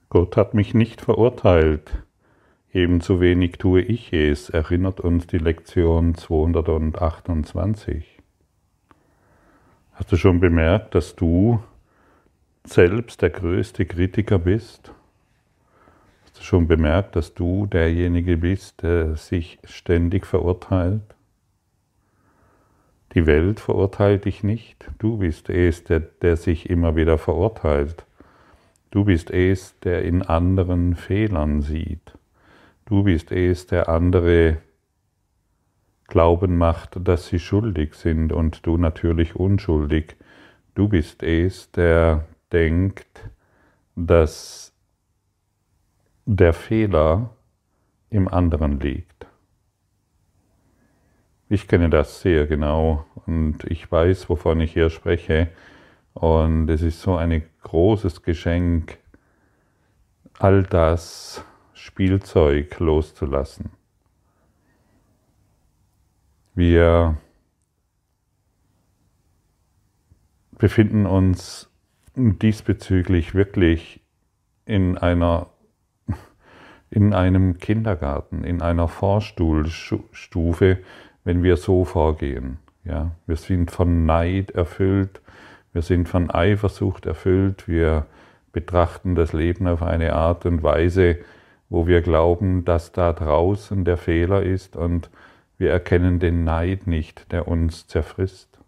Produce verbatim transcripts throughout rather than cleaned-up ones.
Gott hat mich nicht verurteilt, ebenso wenig tue ich es, erinnert uns die Lektion zweihundertachtundzwanzig. Hast du schon bemerkt, dass du selbst der größte Kritiker bist? Hast du schon bemerkt, dass du derjenige bist, der sich ständig verurteilt? Die Welt verurteilt dich nicht, du bist es, der, der sich immer wieder verurteilt. Du bist es, der in anderen Fehlern sieht. Du bist es, der andere glauben macht, dass sie schuldig sind und du natürlich unschuldig. Du bist es, der denkt, dass der Fehler im anderen liegt. Ich kenne das sehr genau und ich weiß, wovon ich hier spreche. Und es ist so ein großes Geschenk, all das Spielzeug loszulassen. Wir befinden uns diesbezüglich wirklich in einer, in einem Kindergarten, in einer Vorstufe, wenn wir so vorgehen. Ja, wir sind von Neid erfüllt, wir sind von Eifersucht erfüllt, wir betrachten das Leben auf eine Art und Weise, wo wir glauben, dass da draußen der Fehler ist und wir erkennen den Neid nicht, der uns zerfrisst.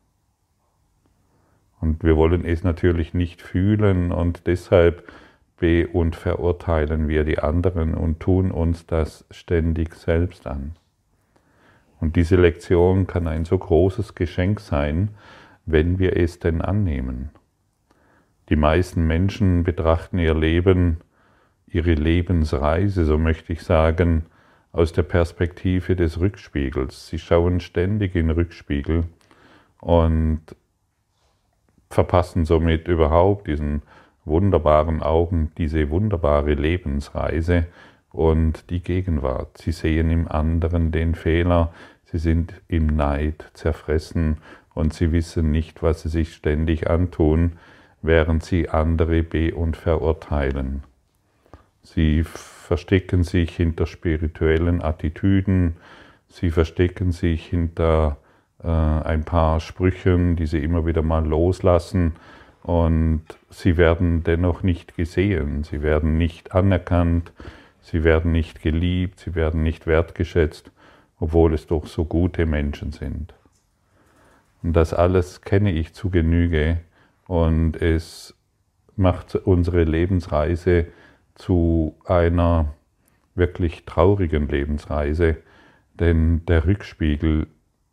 Und wir wollen es natürlich nicht fühlen und deshalb be- und verurteilen wir die anderen und tun uns das ständig selbst an. Und diese Lektion kann ein so großes Geschenk sein, wenn wir es denn annehmen. Die meisten Menschen betrachten ihr Leben, ihre Lebensreise, so möchte ich sagen, aus der Perspektive des Rückspiegels. Sie schauen ständig in den Rückspiegel und verpassen somit überhaupt diesen wunderbaren Augen, diese wunderbare Lebensreise und die Gegenwart. Sie sehen im anderen den Fehler, sie sind im Neid zerfressen und sie wissen nicht, was sie sich ständig antun, während sie andere be- und verurteilen. Sie verstecken sich hinter spirituellen Attitüden, sie verstecken sich hinter äh, ein paar Sprüchen, die sie immer wieder mal loslassen und sie werden dennoch nicht gesehen, sie werden nicht anerkannt, sie werden nicht geliebt, sie werden nicht wertgeschätzt, obwohl es doch so gute Menschen sind. Und das alles kenne ich zu Genüge und es macht unsere Lebensreise zu einer wirklich traurigen Lebensreise, denn der Rückspiegel,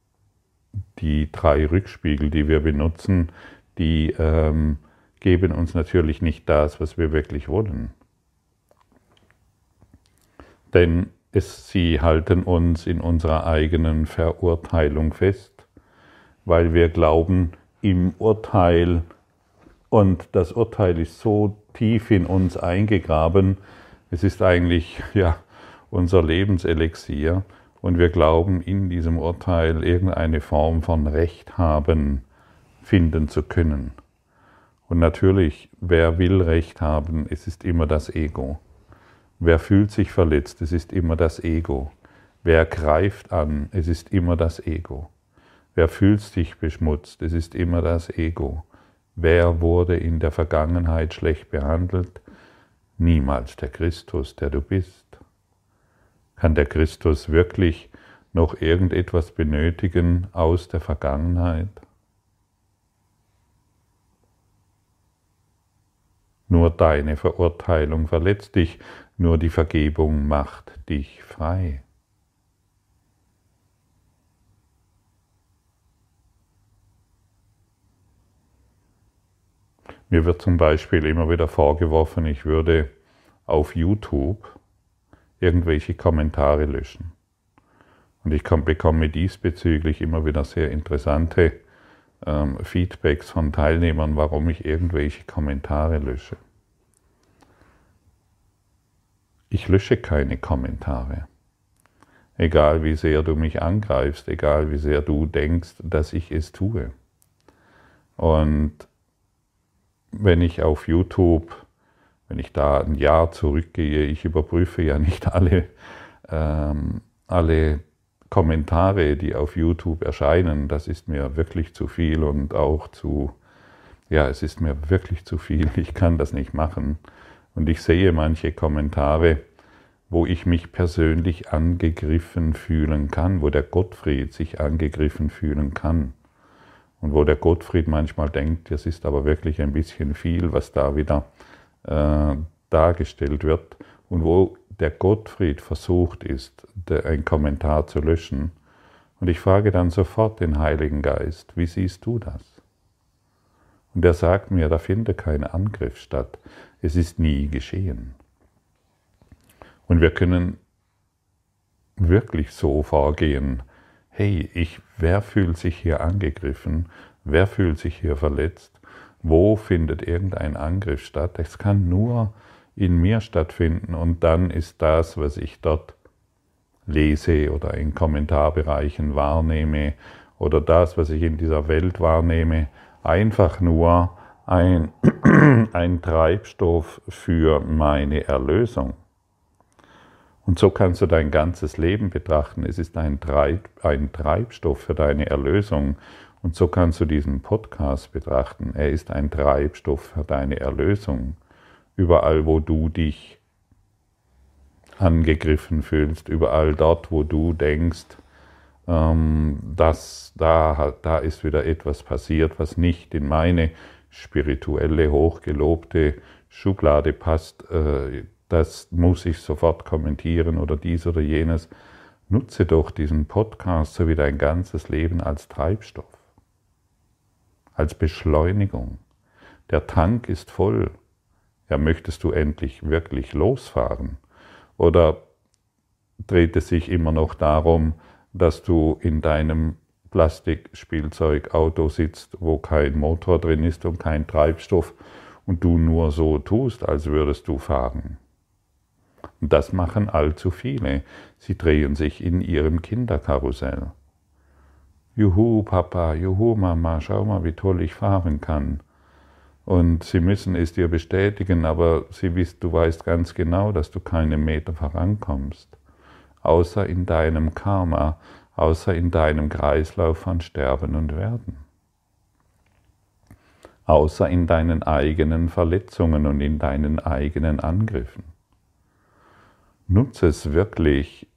die drei Rückspiegel, die wir benutzen, die ähm, geben uns natürlich nicht das, was wir wirklich wollen. Denn es, sie halten uns in unserer eigenen Verurteilung fest, weil wir glauben, im Urteil, und das Urteil ist so tief in uns eingegraben, es ist eigentlich ja, unser Lebenselixier, und wir glauben, in diesem Urteil irgendeine Form von Recht haben, finden zu können. Und natürlich, wer will Recht haben, es ist immer das Ego. Wer fühlt sich verletzt, es ist immer das Ego. Wer greift an, es ist immer das Ego. Wer fühlt sich beschmutzt, es ist immer das Ego. Wer wurde in der Vergangenheit schlecht behandelt? Niemals der Christus, der du bist. Kann der Christus wirklich noch irgendetwas benötigen aus der Vergangenheit? Nur deine Verurteilung verletzt dich, nur die Vergebung macht dich frei. Mir wird zum Beispiel immer wieder vorgeworfen, ich würde auf YouTube irgendwelche Kommentare löschen. Und ich bekomme diesbezüglich immer wieder sehr interessante ähm, Feedbacks von Teilnehmern, warum ich irgendwelche Kommentare lösche. Ich lösche keine Kommentare. Egal wie sehr du mich angreifst, egal wie sehr du denkst, dass ich es tue. Und wenn ich auf YouTube wenn ich da ein Jahr zurückgehe, ich überprüfe ja nicht alle, ähm, alle Kommentare, die auf YouTube erscheinen, das ist mir wirklich zu viel und auch zu, ja, es ist mir wirklich zu viel, ich kann das nicht machen. Und ich sehe manche Kommentare, wo ich mich persönlich angegriffen fühlen kann, wo der Gottfried sich angegriffen fühlen kann. Und wo der Gottfried manchmal denkt, das ist aber wirklich ein bisschen viel, was da wieder äh, dargestellt wird. Und wo der Gottfried versucht ist, einen Kommentar zu löschen. Und ich frage dann sofort den Heiligen Geist, wie siehst du das? Und er sagt mir, da findet kein Angriff statt. Es ist nie geschehen. Und wir können wirklich so vorgehen, hey, ich, wer fühlt sich hier angegriffen? Wer fühlt sich hier verletzt? Wo findet irgendein Angriff statt? Es kann nur in mir stattfinden und dann ist das, was ich dort lese oder in Kommentarbereichen wahrnehme oder das, was ich in dieser Welt wahrnehme, einfach nur ein, ein Treibstoff für meine Erlösung. Und so kannst du dein ganzes Leben betrachten. Es ist ein, Treib, ein Treibstoff für deine Erlösung. Und so kannst du diesen Podcast betrachten. Er ist ein Treibstoff für deine Erlösung. Überall, wo du dich angegriffen fühlst, überall dort, wo du denkst, ähm, dass da, da ist wieder etwas passiert, was nicht in meine spirituelle, hochgelobte Schublade passt, äh, das muss ich sofort kommentieren oder dies oder jenes. Nutze doch diesen Podcast sowie dein ganzes Leben als Treibstoff, als Beschleunigung. Der Tank ist voll. Ja, möchtest du endlich wirklich losfahren? Oder dreht es sich immer noch darum, dass du in deinem Plastikspielzeugauto sitzt, wo kein Motor drin ist und kein Treibstoff und du nur so tust, als würdest du fahren? Und das machen allzu viele. Sie drehen sich in ihrem Kinderkarussell. Juhu, Papa, juhu, Mama, schau mal, wie toll ich fahren kann. Und sie müssen es dir bestätigen, aber sie wissen, du weißt ganz genau, dass du keinen Meter vorankommst. Außer in deinem Karma, außer in deinem Kreislauf von Sterben und Werden. Außer in deinen eigenen Verletzungen und in deinen eigenen Angriffen. Nutze es wirklich,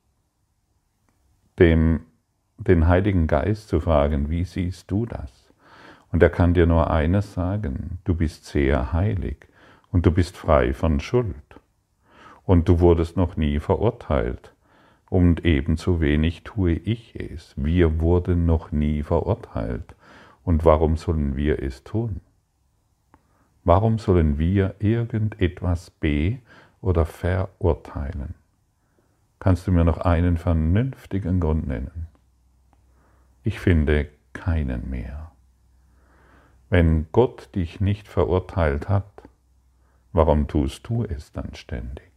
dem, den Heiligen Geist zu fragen, wie siehst du das? Und er kann dir nur eines sagen, du bist sehr heilig und du bist frei von Schuld. Und du wurdest noch nie verurteilt. Und ebenso wenig tue ich es. Wir wurden noch nie verurteilt. Und warum sollen wir es tun? Warum sollen wir irgendetwas be- oder verurteilen? Kannst du mir noch einen vernünftigen Grund nennen? Ich finde keinen mehr. Wenn Gott dich nicht verurteilt hat, warum tust du es dann ständig?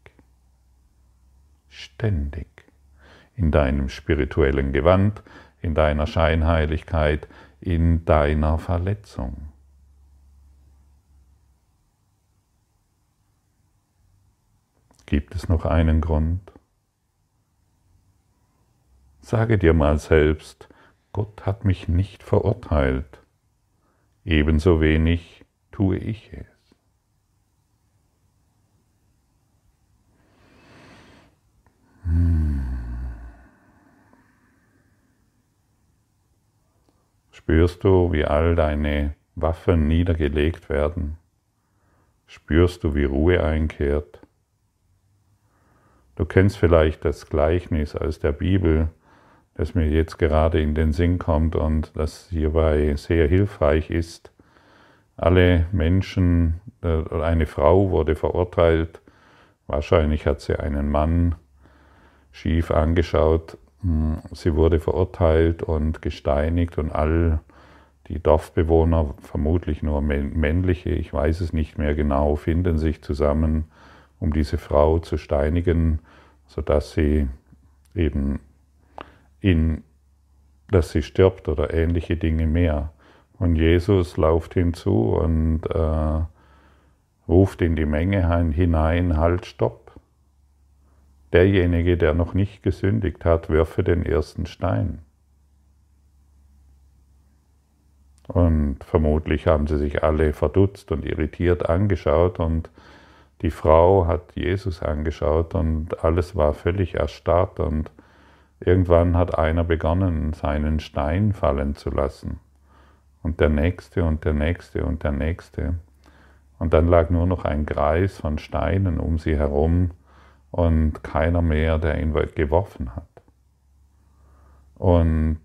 Ständig. In deinem spirituellen Gewand, in deiner Scheinheiligkeit, in deiner Verletzung. Gibt es noch einen Grund? Sage dir mal selbst, Gott hat mich nicht verurteilt. Ebenso wenig tue ich es. Hm. Spürst du, wie all deine Waffen niedergelegt werden? Spürst du, wie Ruhe einkehrt? Du kennst vielleicht das Gleichnis aus der Bibel, das mir jetzt gerade in den Sinn kommt und das hierbei sehr hilfreich ist. Alle Menschen, oder eine Frau wurde verurteilt, wahrscheinlich hat sie einen Mann schief angeschaut, sie wurde verurteilt und gesteinigt und all die Dorfbewohner, vermutlich nur männliche, ich weiß es nicht mehr genau, finden sich zusammen, um diese Frau zu steinigen, sodass sie eben in, dass sie stirbt oder ähnliche Dinge mehr. Und Jesus lauft hinzu und, äh, ruft in die Menge hinein, halt, stopp. Derjenige, der noch nicht gesündigt hat, werfe den ersten Stein. Und vermutlich haben sie sich alle verdutzt und irritiert angeschaut und die Frau hat Jesus angeschaut und alles war völlig erstarrt und irgendwann hat einer begonnen, seinen Stein fallen zu lassen. Und der nächste und der nächste und der nächste. Und dann lag nur noch ein Kreis von Steinen um sie herum und keiner mehr, der ihn geworfen hat. Und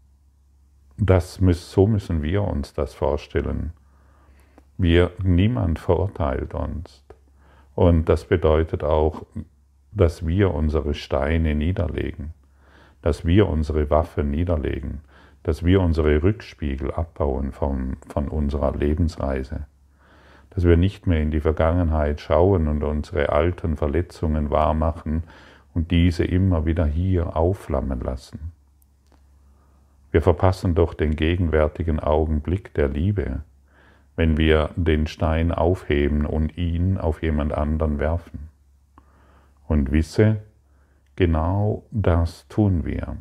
das müß, so müssen wir uns das vorstellen. Wir, niemand verurteilt uns. Und das bedeutet auch, dass wir unsere Steine niederlegen, dass wir unsere Waffen niederlegen, dass wir unsere Rückspiegel abbauen von, von unserer Lebensreise, dass wir nicht mehr in die Vergangenheit schauen und unsere alten Verletzungen wahrmachen und diese immer wieder hier aufflammen lassen. Wir verpassen doch den gegenwärtigen Augenblick der Liebe, wenn wir den Stein aufheben und ihn auf jemand anderen werfen. Und wisse, genau das tun wir.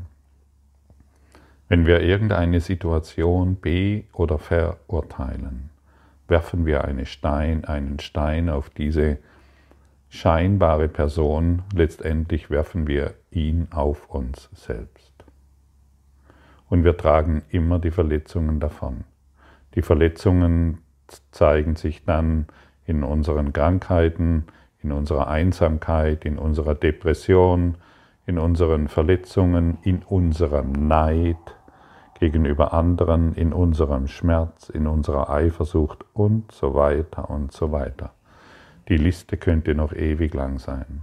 Wenn wir irgendeine Situation be- oder verurteilen, werfen wir eine Stein, einen Stein auf diese scheinbare Person, letztendlich werfen wir ihn auf uns selbst. Und wir tragen immer die Verletzungen davon. Die Verletzungen zeigen sich dann in unseren Krankheiten, in unserer Einsamkeit, in unserer Depression, in unseren Verletzungen, in unserem Neid gegenüber anderen, in unserem Schmerz, in unserer Eifersucht und so weiter und so weiter. Die Liste könnte noch ewig lang sein.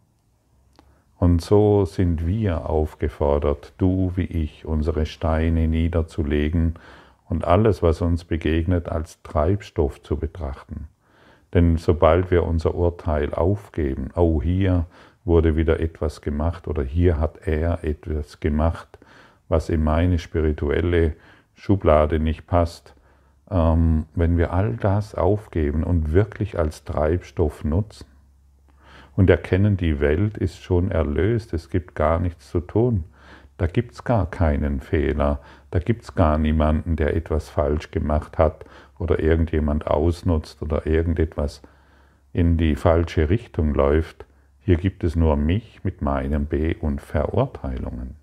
Und so sind wir aufgefordert, du wie ich, unsere Steine niederzulegen und alles, was uns begegnet, als Treibstoff zu betrachten. Denn sobald wir unser Urteil aufgeben, oh, hier wurde wieder etwas gemacht oder hier hat er etwas gemacht, was in meine spirituelle Schublade nicht passt, ähm, wenn wir all das aufgeben und wirklich als Treibstoff nutzen und erkennen, die Welt ist schon erlöst, es gibt gar nichts zu tun, da gibt es gar keinen Fehler, da gibt es gar niemanden, der etwas falsch gemacht hat oder irgendjemand ausnutzt oder irgendetwas in die falsche Richtung läuft. Hier gibt es nur mich mit meinen Be- und Verurteilungen.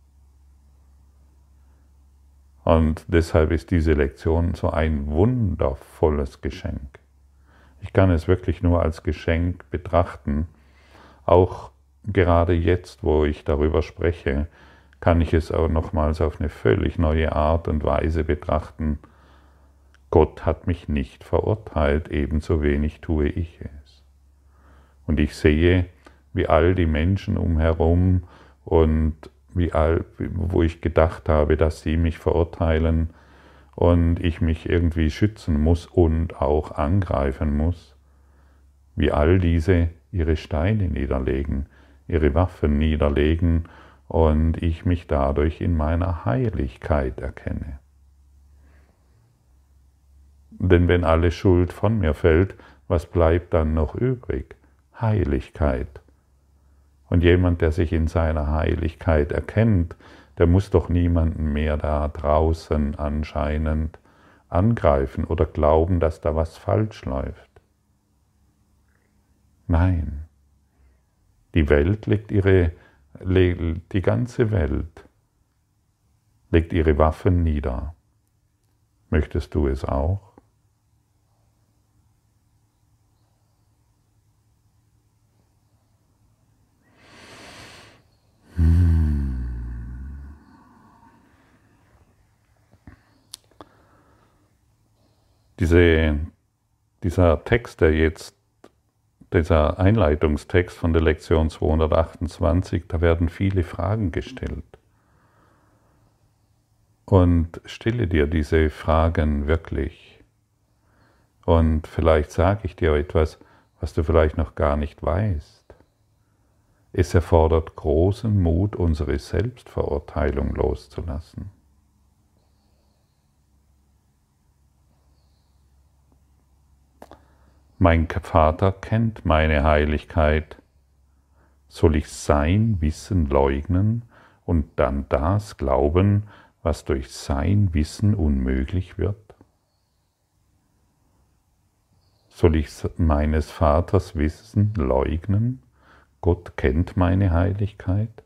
Und deshalb ist diese Lektion so ein wundervolles Geschenk. Ich kann es wirklich nur als Geschenk betrachten. Auch gerade jetzt, wo ich darüber spreche, kann ich es auch nochmals auf eine völlig neue Art und Weise betrachten. Gott hat mich nicht verurteilt, ebenso wenig tue ich es. Und ich sehe, wie all die Menschen umherum und wie all, wo ich gedacht habe, dass sie mich verurteilen und ich mich irgendwie schützen muss und auch angreifen muss, wie all diese ihre Steine niederlegen, ihre Waffen niederlegen und ich mich dadurch in meiner Heiligkeit erkenne. Denn wenn alle Schuld von mir fällt, was bleibt dann noch übrig? Heiligkeit. Und jemand, der sich in seiner Heiligkeit erkennt, der muss doch niemanden mehr da draußen anscheinend angreifen oder glauben, dass da was falsch läuft. Nein, die Welt legt ihre, die ganze Welt legt ihre Waffen nieder. Möchtest du es auch? Diese, dieser Text, der jetzt, dieser Einleitungstext von der Lektion zweihundertachtundzwanzig, da werden viele Fragen gestellt. Und stelle dir diese Fragen wirklich. Und vielleicht sage ich dir etwas, was du vielleicht noch gar nicht weißt. Es erfordert großen Mut, unsere Selbstverurteilung loszulassen. Mein Vater kennt meine Heiligkeit. Soll ich sein Wissen leugnen und dann das glauben, was durch sein Wissen unmöglich wird? Soll ich meines Vaters Wissen leugnen? Gott kennt meine Heiligkeit.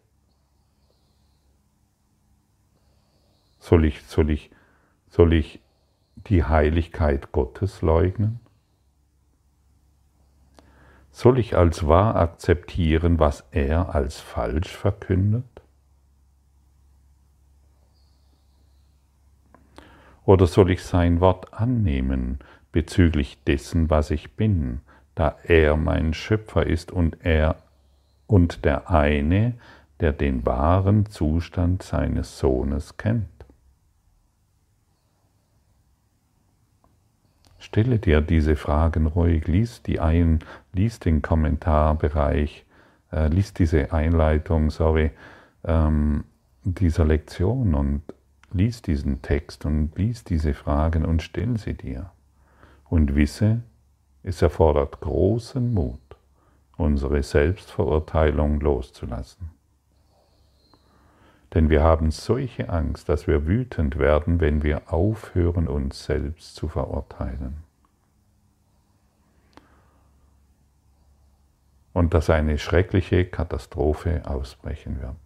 Soll ich, soll ich, soll ich die Heiligkeit Gottes leugnen? Soll ich als wahr akzeptieren, was er als falsch verkündet? Oder soll ich sein Wort annehmen bezüglich dessen, was ich bin, da er mein Schöpfer ist und er und der eine, der den wahren Zustand seines Sohnes kennt? Stelle dir diese Fragen ruhig, lies, die ein, lies den Kommentarbereich, äh, lies diese Einleitung, sorry, ähm, dieser Lektion und lies diesen Text und lies diese Fragen und stell sie dir. Und wisse, es erfordert großen Mut, unsere Selbstverurteilung loszulassen. Denn wir haben solche Angst, dass wir wütend werden, wenn wir aufhören, uns selbst zu verurteilen. Und dass eine schreckliche Katastrophe ausbrechen wird.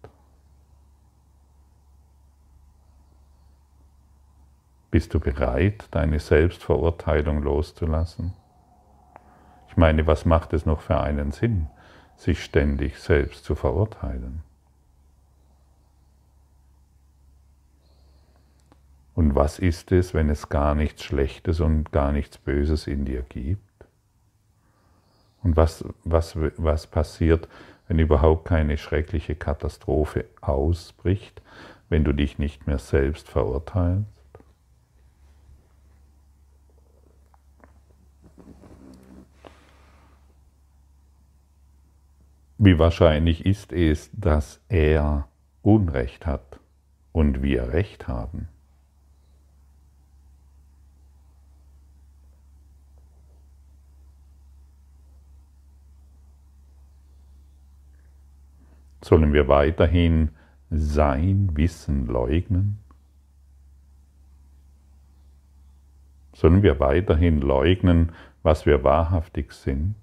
Bist du bereit, deine Selbstverurteilung loszulassen? Ich meine, was macht es noch für einen Sinn, sich ständig selbst zu verurteilen? Und was ist es, wenn es gar nichts Schlechtes und gar nichts Böses in dir gibt? Und was, was, was passiert, wenn überhaupt keine schreckliche Katastrophe ausbricht, wenn du dich nicht mehr selbst verurteilst? Wie wahrscheinlich ist es, dass er Unrecht hat und wir Recht haben? Sollen wir weiterhin sein Wissen leugnen? Sollen wir weiterhin leugnen, was wir wahrhaftig sind?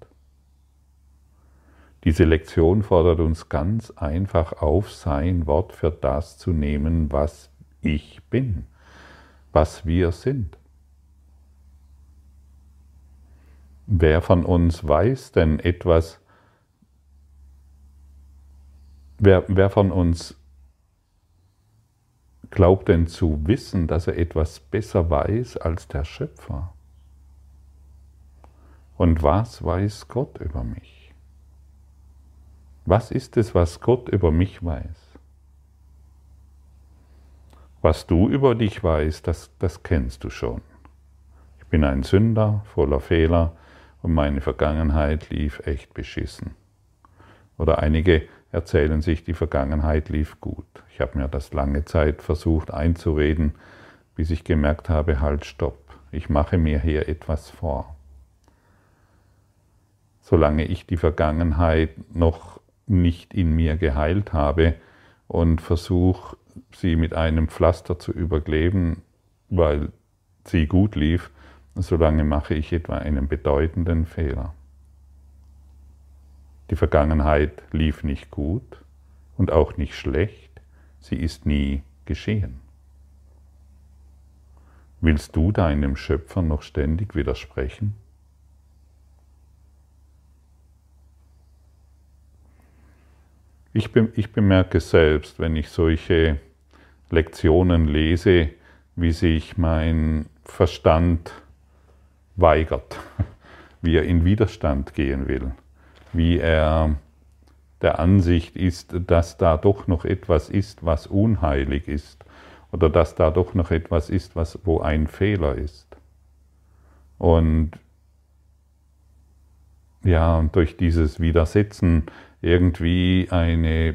Diese Lektion fordert uns ganz einfach auf, sein Wort für das zu nehmen, was ich bin, was wir sind. Wer von uns weiß denn etwas, wer, wer von uns glaubt denn zu wissen, dass er etwas besser weiß als der Schöpfer? Und was weiß Gott über mich? Was ist es, was Gott über mich weiß? Was du über dich weißt, das, das kennst du schon. Ich bin ein Sünder, voller Fehler und meine Vergangenheit lief echt beschissen. Oder einige erzählen sich, die Vergangenheit lief gut. Ich habe mir das lange Zeit versucht einzureden, bis ich gemerkt habe, halt, stopp, ich mache mir hier etwas vor. Solange ich die Vergangenheit noch nicht in mir geheilt habe und versuche, sie mit einem Pflaster zu überkleben, weil sie gut lief, solange mache ich etwa einen bedeutenden Fehler. Die Vergangenheit lief nicht gut und auch nicht schlecht, sie ist nie geschehen. Willst du deinem Schöpfer noch ständig widersprechen? Ich, be ich bemerke selbst, wenn ich solche Lektionen lese, wie sich mein Verstand weigert, wie er in Widerstand gehen will, wie er der Ansicht ist, dass da doch noch etwas ist, was unheilig ist, oder dass da doch noch etwas ist, was, wo ein Fehler ist. Und ja, und durch dieses Widersetzen irgendwie eine,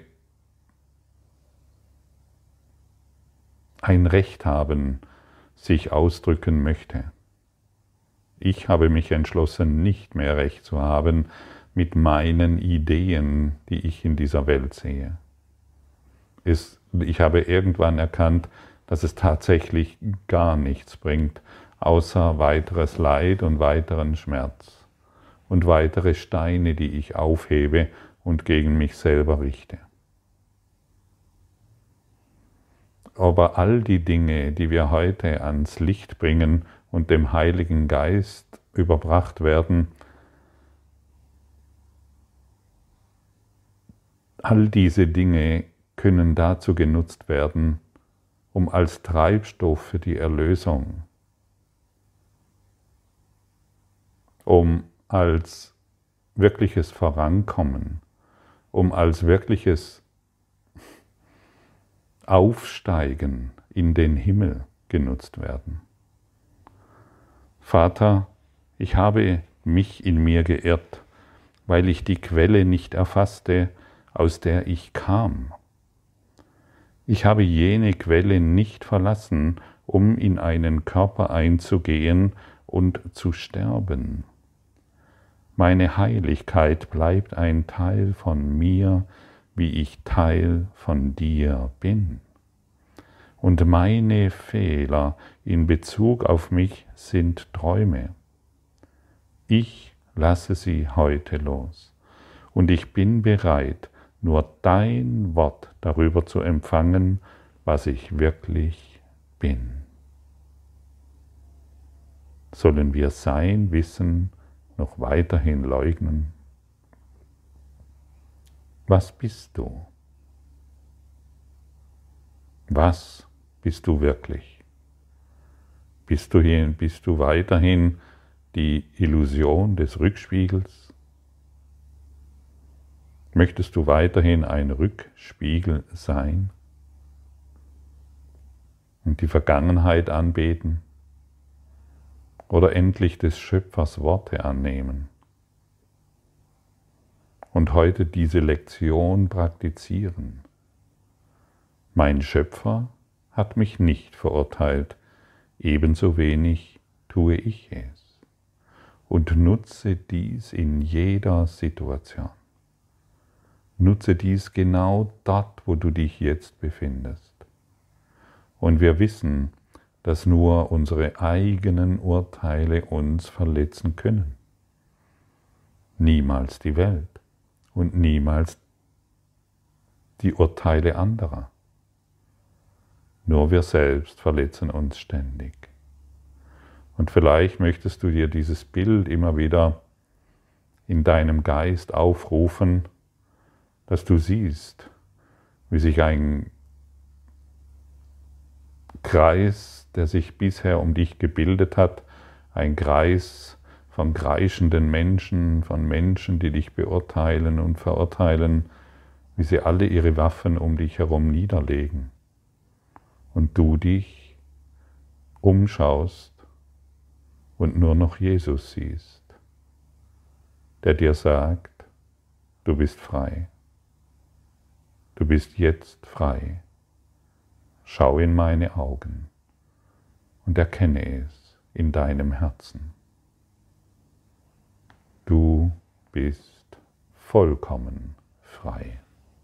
ein Recht haben, sich ausdrücken möchte. Ich habe mich entschlossen, nicht mehr recht zu haben mit meinen Ideen, die ich in dieser Welt sehe. Es, ich habe irgendwann erkannt, dass es tatsächlich gar nichts bringt, außer weiteres Leid und weiteren Schmerz und weitere Steine, die ich aufhebe und gegen mich selber richte. Aber all die Dinge, die wir heute ans Licht bringen und dem Heiligen Geist überbracht werden, all diese Dinge können dazu genutzt werden, um als Treibstoff für die Erlösung, um als wirkliches Vorankommen, um als wirkliches Aufsteigen in den Himmel genutzt werden. Vater, ich habe mich in mir geirrt, weil ich die Quelle nicht erfasste, aus der ich kam. Ich habe jene Quelle nicht verlassen, um in einen Körper einzugehen und zu sterben. Meine Heiligkeit bleibt ein Teil von mir, wie ich Teil von dir bin. Und meine Fehler in Bezug auf mich sind Träume. Ich lasse sie heute los und ich bin bereit, nur dein Wort darüber zu empfangen, was ich wirklich bin. Sollen wir sein Wissen noch weiterhin leugnen? Was bist du? Was bist du wirklich? Bist du, hier, bist du weiterhin die Illusion des Rückspiegels? Möchtest du weiterhin ein Rückspiegel sein und die Vergangenheit anbeten oder endlich des Schöpfers Worte annehmen und heute diese Lektion praktizieren? Mein Schöpfer hat mich nicht verurteilt, ebenso wenig tue ich es. Und nutze dies in jeder Situation. Nutze dies genau dort, wo du dich jetzt befindest. Und wir wissen, dass nur unsere eigenen Urteile uns verletzen können. Niemals die Welt und niemals die Urteile anderer. Nur wir selbst verletzen uns ständig. Und vielleicht möchtest du dir dieses Bild immer wieder in deinem Geist aufrufen, dass du siehst, wie sich ein Kreis, der sich bisher um dich gebildet hat, ein Kreis von kreischenden Menschen, von Menschen, die dich beurteilen und verurteilen, wie sie alle ihre Waffen um dich herum niederlegen. Und du dich umschaust und nur noch Jesus siehst, der dir sagt, du bist frei. Du bist jetzt frei. Schau in meine Augen und erkenne es in deinem Herzen. Du bist vollkommen frei.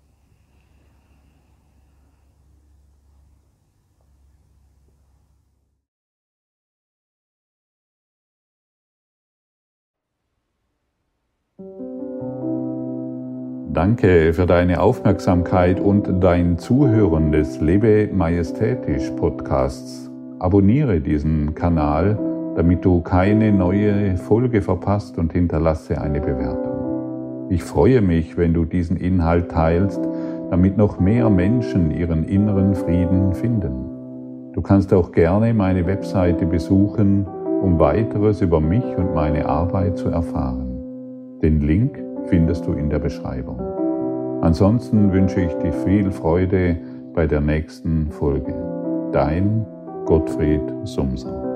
Danke für deine Aufmerksamkeit und dein Zuhören des Lebe Majestätisch Podcasts. Abonniere diesen Kanal, damit du keine neue Folge verpasst, und hinterlasse eine Bewertung. Ich freue mich, wenn du diesen Inhalt teilst, damit noch mehr Menschen ihren inneren Frieden finden. Du kannst auch gerne meine Webseite besuchen, um weiteres über mich und meine Arbeit zu erfahren. Den Link findest du in der Beschreibung. Ansonsten wünsche ich dir viel Freude bei der nächsten Folge. Dein Gottfried Sumser.